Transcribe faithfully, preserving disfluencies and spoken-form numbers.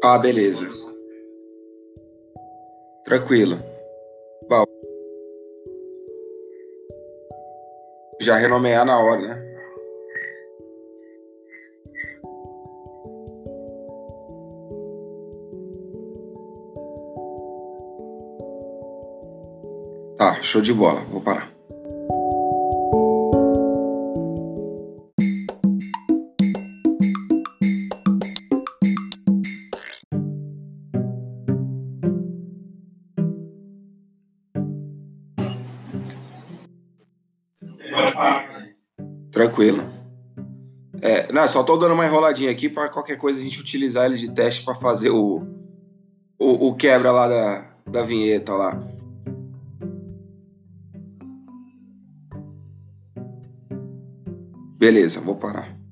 Ah, beleza. Tranquilo. Bom, já renomear na hora, né? Tá, show de bola. Vou parar. Tranquilo. É, não, só tô dando uma enroladinha aqui para qualquer coisa a gente utilizar ele de teste para fazer o, o, o quebra lá da, da vinheta lá. Beleza, vou parar.